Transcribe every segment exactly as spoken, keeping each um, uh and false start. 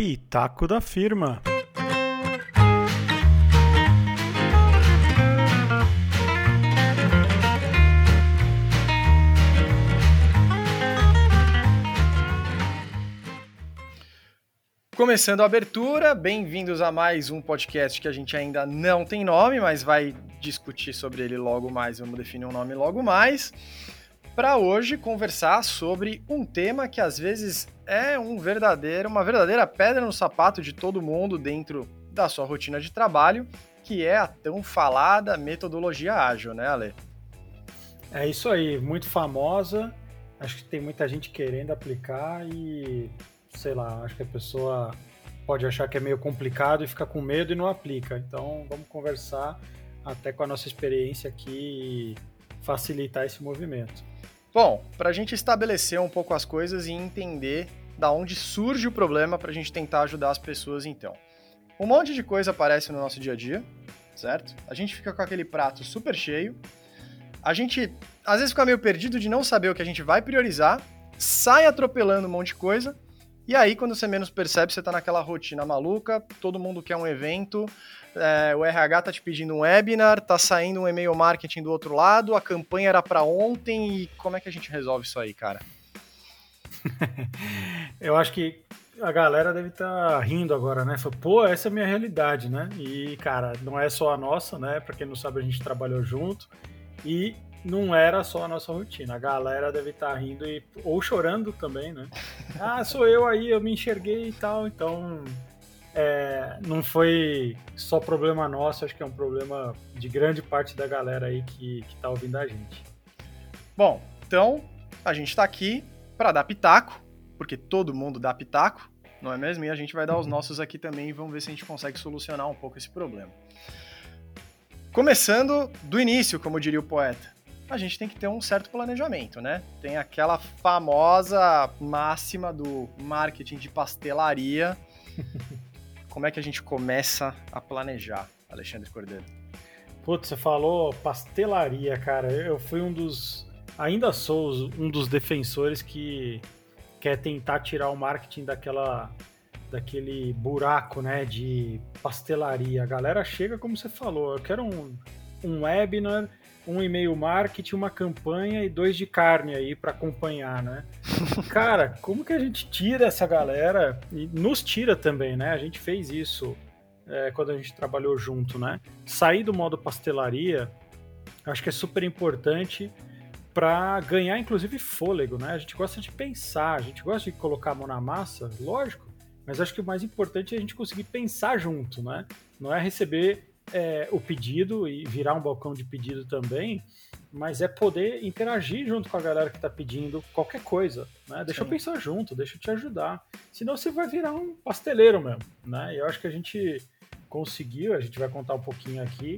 Pitaco da firma. Começando a abertura, bem-vindos a mais um podcast que a gente ainda não tem nome, mas vai discutir sobre ele logo mais, vamos definir um nome logo mais, para hoje conversar sobre um tema que às vezes é um verdadeiro, uma verdadeira pedra no sapato de todo mundo dentro da sua rotina de trabalho, que é a tão falada metodologia ágil, né, Ale? É isso aí, muito famosa, acho que tem muita gente querendo aplicar e... sei lá, acho que a pessoa pode achar que é meio complicado e fica com medo e não aplica. Então, vamos conversar até com a nossa experiência aqui e facilitar esse movimento. Bom, para a gente estabelecer um pouco as coisas e entender da onde surge o problema para a gente tentar ajudar as pessoas, então. Um monte de coisa aparece no nosso dia a dia, certo? A gente fica com aquele prato super cheio. A gente, às vezes, fica meio perdido de não saber o que a gente vai priorizar, sai atropelando um monte de coisa. E aí, quando você menos percebe, você tá naquela rotina maluca, todo mundo quer um evento, é, o R H tá te pedindo um webinar, tá saindo um e-mail marketing do outro lado, a campanha era para ontem, e como é que a gente resolve isso aí, cara? Eu acho que a galera deve estar tá rindo agora, né? Fala, pô, essa é a minha realidade, né? E, cara, não é só a nossa, né? Pra quem não sabe, a gente trabalhou junto e... não era só a nossa rotina, a galera deve estar rindo e, ou chorando também, né? Ah, sou eu aí, eu me enxerguei e tal, então é, não foi só problema nosso, acho que é um problema de grande parte da galera aí que, que tá ouvindo a gente. Bom, então a gente tá aqui para dar pitaco, porque todo mundo dá pitaco, não é mesmo? E a gente vai dar os nossos aqui também e vamos ver se a gente consegue solucionar um pouco esse problema. Começando do início, como diria o poeta. A gente tem que ter um certo planejamento, né? Tem aquela famosa máxima do marketing de pastelaria. Como é que a gente começa a planejar, Alexandre Cordeiro? Putz, você falou pastelaria, cara. Eu fui um dos... ainda sou um dos defensores que quer tentar tirar o marketing daquela... daquele buraco, né, de pastelaria. A galera chega, como você falou, eu quero um, um webinar... um e-mail marketing, uma campanha e dois de carne aí para acompanhar, né? Cara, como que a gente tira essa galera e nos tira também, né? A gente fez isso é, quando a gente trabalhou junto, né? Sair do modo pastelaria, acho que é super importante para ganhar, inclusive, fôlego, né? A gente gosta de pensar, a gente gosta de colocar a mão na massa, lógico, mas acho que o mais importante é a gente conseguir pensar junto, né? Não é receber É, o pedido e virar um balcão de pedido também, mas é poder interagir junto com a galera que está pedindo qualquer coisa, né? Deixa Sim. eu pensar junto, deixa eu te ajudar. Senão você vai virar um pasteleiro mesmo, né? E eu acho que a gente conseguiu, a gente vai contar um pouquinho aqui,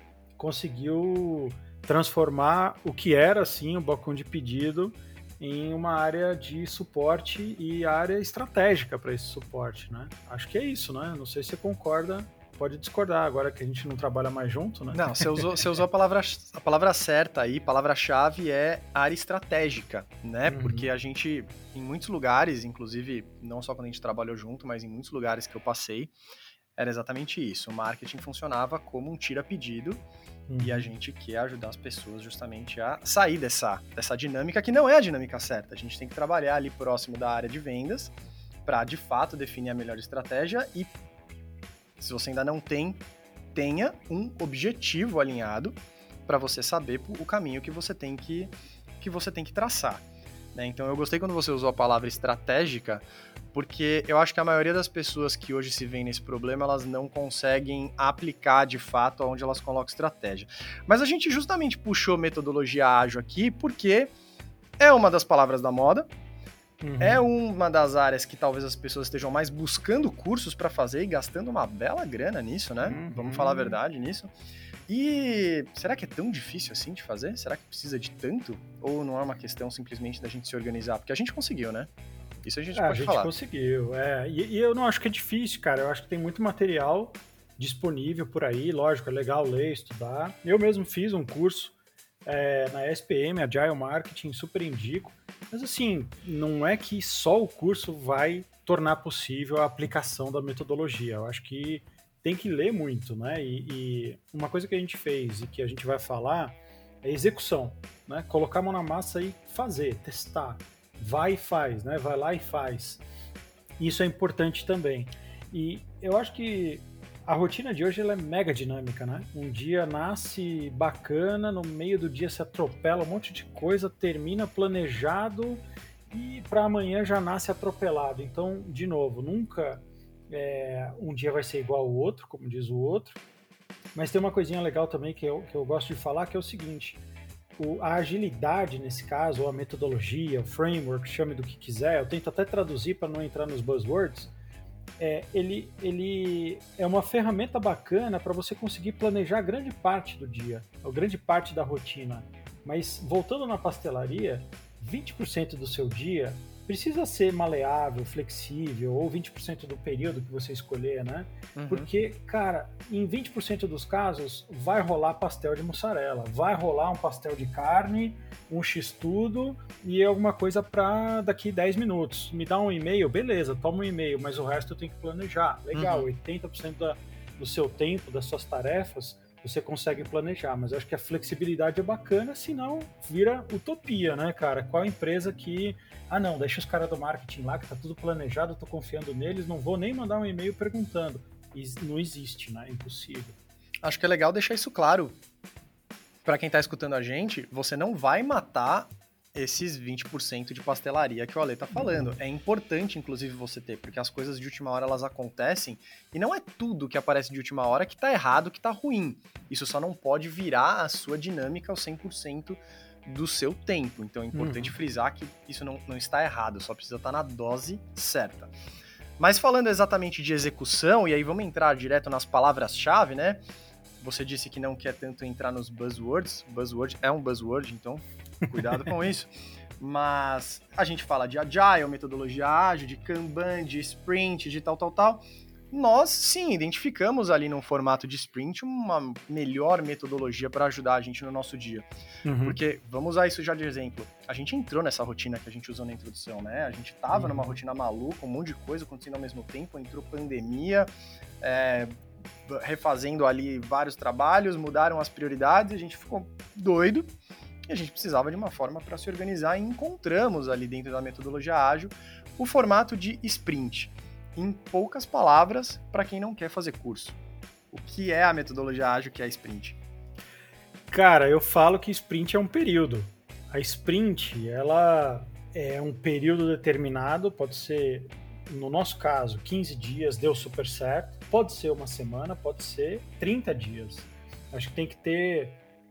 conseguiu transformar o que era, assim, um balcão de pedido em uma área de suporte e área estratégica para esse suporte, né? Acho que é isso, né? Não sei se você concorda. Pode discordar agora que a gente não trabalha mais junto, né? Não, você usou, você usou a, palavra, a palavra certa aí, palavra-chave é área estratégica, né? Uhum. Porque a gente, em muitos lugares, inclusive, não só quando a gente trabalhou junto, mas em muitos lugares que eu passei, era exatamente isso. O marketing funcionava como um tira-pedido uhum. e a gente quer ajudar as pessoas justamente a sair dessa, dessa dinâmica, que não é a dinâmica certa. A gente tem que trabalhar ali próximo da área de vendas para, de fato, definir a melhor estratégia e se você ainda não tem, tenha um objetivo alinhado para você saber o caminho que você tem que, que, você tem que traçar. Né? Então, eu gostei quando você usou a palavra estratégica, porque eu acho que a maioria das pessoas que hoje se veem nesse problema, elas não conseguem aplicar de fato onde elas colocam estratégia. Mas a gente justamente puxou metodologia ágil aqui porque é uma das palavras da moda, Uhum. é uma das áreas que talvez as pessoas estejam mais buscando cursos para fazer e gastando uma bela grana nisso, né? Uhum. Vamos falar a verdade nisso. E será que é tão difícil assim de fazer? Será que precisa de tanto? Ou não é uma questão simplesmente da gente se organizar? Porque a gente conseguiu, né? Isso a gente é, pode falar. A gente falar. conseguiu, é. E, e eu não acho que é difícil, cara. Eu acho que tem muito material disponível por aí. Lógico, é legal ler, estudar. Eu mesmo fiz um curso é, na S P M, Agile Marketing, super indico. Mas assim, não é que só o curso vai tornar possível a aplicação da metodologia. Eu acho que tem que ler muito, né? E, e uma coisa que a gente fez e que a gente vai falar é execução, né? Colocar a mão na massa e fazer, testar. Vai e faz, né? Vai lá e faz. Isso é importante também. E eu acho que a rotina de hoje ela é mega dinâmica, né? Um dia nasce bacana, no meio do dia se atropela um monte de coisa, termina planejado e para amanhã já nasce atropelado. Então, de novo, nunca é, um dia vai ser igual ao outro, como diz o outro. Mas tem uma coisinha legal também que eu, que eu gosto de falar, que é o seguinte: o, a agilidade nesse caso, ou a metodologia, o framework, chame do que quiser, eu tento até traduzir para não entrar nos buzzwords, é, ele, ele é uma ferramenta bacana para você conseguir planejar grande parte do dia, ou grande parte da rotina. Mas voltando na pastelaria, vinte por cento do seu dia precisa ser maleável, flexível, ou vinte por cento do período que você escolher, né? Uhum. Porque, cara, em vinte por cento dos casos vai rolar pastel de mussarela, vai rolar um pastel de carne, um x-tudo e alguma coisa para daqui dez minutos. Me dá um e-mail, beleza, toma um e-mail, mas o resto eu tenho que planejar. Legal, uhum. oitenta por cento da, do seu tempo, das suas tarefas, você consegue planejar, mas eu acho que a flexibilidade é bacana, senão vira utopia, né, cara? Qual empresa que, ah não, deixa os caras do marketing lá, que tá tudo planejado, eu tô confiando neles, não vou nem mandar um e-mail perguntando. Isso não existe, né? É impossível. Acho que é legal deixar isso claro. Para quem tá escutando a gente, você não vai matar esses vinte por cento de pastelaria que o Ale tá falando. Uhum. É importante, inclusive, você ter, porque as coisas de última hora, elas acontecem, e não é tudo que aparece de última hora que tá errado, que tá ruim. Isso só não pode virar a sua dinâmica ao cem por cento do seu tempo. Então é importante uhum. frisar que isso não, não está errado, só precisa estar na dose certa. Mas falando exatamente de execução, e aí vamos entrar direto nas palavras-chave, né? Você disse que não quer tanto entrar nos buzzwords. Buzzword é um buzzword, então cuidado com isso. Mas a gente fala de Agile, metodologia ágil, de Kanban, de Sprint, de tal, tal, tal. Nós, sim, identificamos ali num formato de Sprint uma melhor metodologia para ajudar a gente no nosso dia. Uhum. Porque, vamos usar isso já de exemplo, a gente entrou nessa rotina que a gente usou na introdução, né? A gente tava uhum. numa rotina maluca, um monte de coisa acontecendo ao mesmo tempo, entrou pandemia, é, refazendo ali vários trabalhos, mudaram as prioridades, a gente ficou doido. E a gente precisava de uma forma para se organizar e encontramos ali dentro da metodologia ágil o formato de sprint. Em poucas palavras, para quem não quer fazer curso. O que é a metodologia ágil, que é a sprint? Cara, eu falo que sprint é um período. A sprint, ela é um período determinado, pode ser, no nosso caso, quinze dias, deu super certo. Pode ser uma semana, pode ser trinta dias. Acho que tem que ter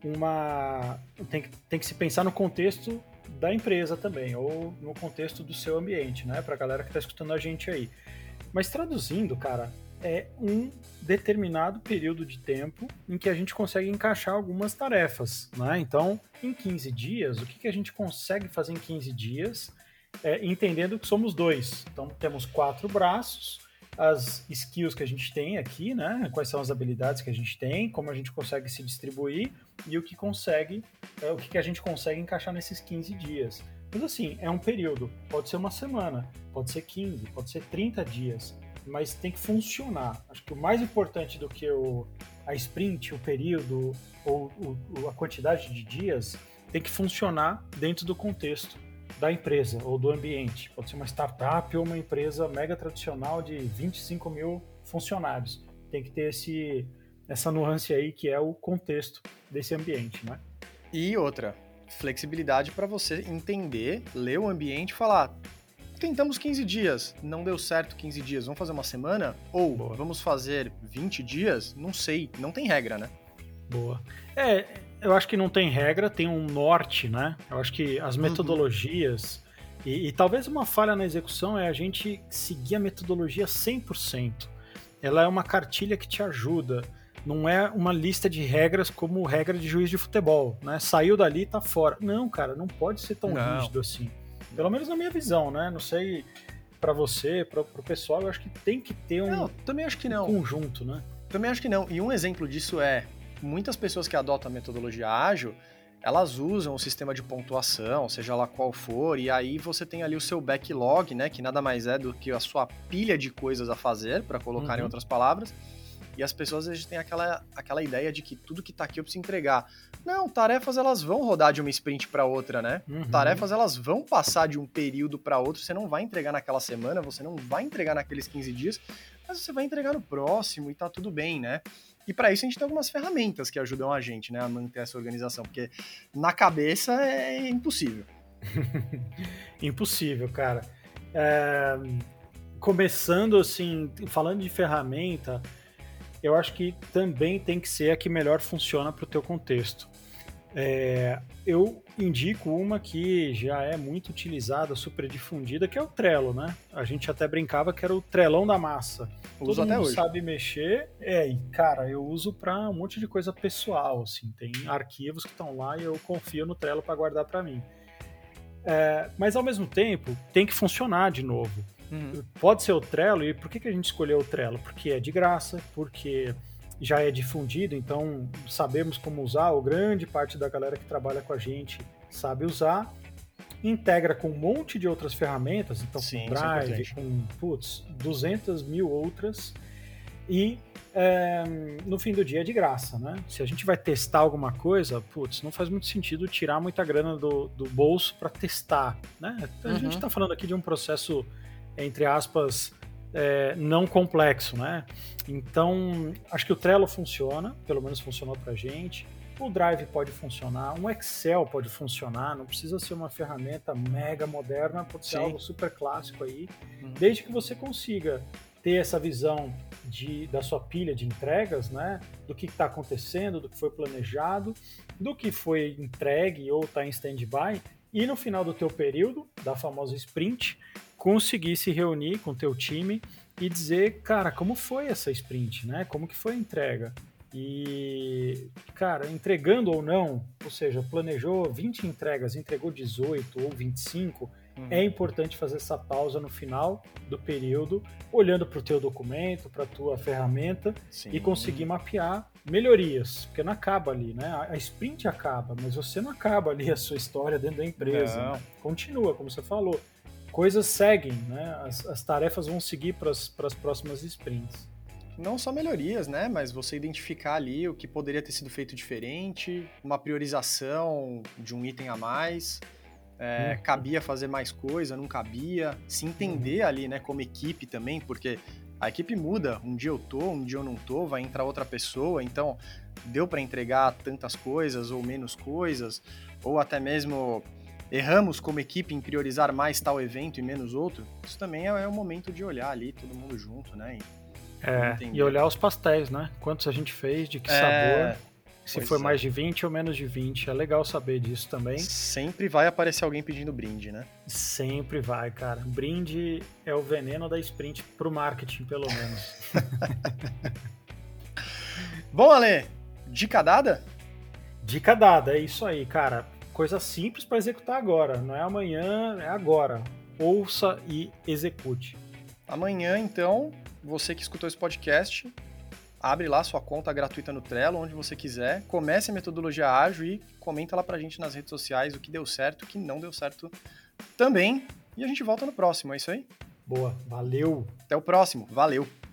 uma... Tem que, tem que se pensar no contexto da empresa também, ou no contexto do seu ambiente, né? Pra galera que tá escutando a gente aí. Mas traduzindo, cara, é um determinado período de tempo em que a gente consegue encaixar algumas tarefas, né? Então, em quinze dias, o que, que a gente consegue fazer em quinze dias? É, entendendo que somos dois. Então, temos quatro braços, as skills que a gente tem aqui, né? Quais são as habilidades que a gente tem, como a gente consegue se distribuir e o que consegue, é, o que, que a gente consegue encaixar nesses quinze dias. Mas assim, é um período, pode ser uma semana, pode ser quinze, pode ser trinta dias, mas tem que funcionar. Acho que o mais importante do que o, a sprint, o período ou o, a quantidade de dias tem que funcionar dentro do contexto da empresa ou do ambiente. Pode ser uma startup ou uma empresa mega tradicional de vinte e cinco mil funcionários. Tem que ter esse, essa nuance aí que é o contexto desse ambiente, né? E outra, flexibilidade para você entender, ler o ambiente e falar, tentamos quinze dias, não deu certo quinze dias, vamos fazer uma semana? Ou Boa. Vamos fazer vinte dias? Não sei, não tem regra, né? Boa. É, eu acho que não tem regra, tem um norte, né? Eu acho que as metodologias, uhum. e, e talvez uma falha na execução é a gente seguir a metodologia cem por cento. Ela é uma cartilha que te ajuda, não é uma lista de regras como regra de juiz de futebol, né? Saiu dali e tá fora. Não, cara, não pode ser tão não. rígido assim. Pelo menos na minha visão, né? Não sei pra você, pra, pro pessoal, eu acho que tem que ter um, não, também acho que não. um conjunto, né? Também acho que não. E um exemplo disso é, muitas pessoas que adotam a metodologia ágil, elas usam o sistema de pontuação, seja lá qual for, e aí você tem ali o seu backlog, né, que nada mais é do que a sua pilha de coisas a fazer, para colocar uhum. em outras palavras. E as pessoas, a gente tem aquela, aquela ideia de que tudo que tá aqui eu preciso entregar. Não, tarefas elas vão rodar de uma sprint para outra, né? Uhum. Tarefas elas vão passar de um período para outro, você não vai entregar naquela semana, você não vai entregar naqueles quinze dias, mas você vai entregar no próximo e tá tudo bem, né? E para isso a gente tem algumas ferramentas que ajudam a gente, né, a manter essa organização, porque na cabeça é impossível. Impossível, cara. É... Começando assim, falando de ferramenta, eu acho que também tem que ser a que melhor funciona para o teu contexto. É, eu indico uma que já é muito utilizada, super difundida, que é o Trello, né? A gente até brincava que era o Trellão da massa. Eu uso Todo até mundo hoje. sabe mexer. É, e cara, eu uso para um monte de coisa pessoal, assim. Tem arquivos que estão lá e eu confio no Trello para guardar para mim. É, mas ao mesmo tempo, tem que funcionar de novo. Uhum. Pode ser o Trello, e por que, que a gente escolheu o Trello? Porque é de graça, porque já é difundido, então sabemos como usar, ou grande parte da galera que trabalha com a gente sabe usar, integra com um monte de outras ferramentas, então Sim, com Drive, com putz, duzentas mil outras, e é, no fim do dia é de graça, né? Se a gente vai testar alguma coisa, putz, não faz muito sentido tirar muita grana do, do bolso para testar, né? A uhum. gente está falando aqui de um processo, entre aspas, é, não complexo, né? Então, acho que o Trello funciona, pelo menos funcionou pra gente. O Drive pode funcionar, um Excel pode funcionar, não precisa ser uma ferramenta mega moderna, pode ser Sim. algo super clássico aí, uhum. desde que você consiga ter essa visão de, da sua pilha de entregas, né? Do que está acontecendo, do que foi planejado, do que foi entregue ou está em stand-by, e no final do teu período, da famosa sprint, conseguir se reunir com o teu time e dizer, cara, como foi essa sprint, né? Como que foi a entrega? E, cara, entregando ou não, ou seja, planejou vinte entregas, entregou dezoito ou vinte e cinco, uhum. é importante fazer essa pausa no final do período, olhando para o teu documento, para a tua ferramenta Sim. e conseguir mapear melhorias, porque não acaba ali, né? A sprint acaba, mas você não acaba ali a sua história dentro da empresa. Né? Continua, como você falou. Coisas seguem, né? As, as tarefas vão seguir para as próximas sprints. Não só melhorias, né? Mas você identificar ali o que poderia ter sido feito diferente, uma priorização de um item a mais, é, uhum. cabia fazer mais coisa, não cabia, se entender uhum. ali, né, como equipe também, porque a equipe muda, um dia eu tô, um dia eu não tô, vai entrar outra pessoa, então deu para entregar tantas coisas ou menos coisas, ou até mesmo erramos como equipe em priorizar mais tal evento e menos outro. Isso também é, é o momento de olhar ali, todo mundo junto, né? E, é, e olhar os pastéis, né? Quantos a gente fez, de que é, sabor, se foi é. mais de vinte ou menos de vinte. É legal saber disso também. Sempre vai aparecer alguém pedindo brinde, né? Sempre vai, cara. Brinde é o veneno da sprint pro marketing, pelo menos. Bom, Ale, dica dada? Dica dada, é isso aí, cara. Coisa simples para executar agora. Não é amanhã, é agora. Ouça e execute. Amanhã, então, você que escutou esse podcast, abre lá sua conta gratuita no Trello, onde você quiser, comece a metodologia ágil e comenta lá pra gente nas redes sociais o que deu certo, o que não deu certo também. E a gente volta no próximo, é isso aí? Boa, valeu! Até o próximo, valeu!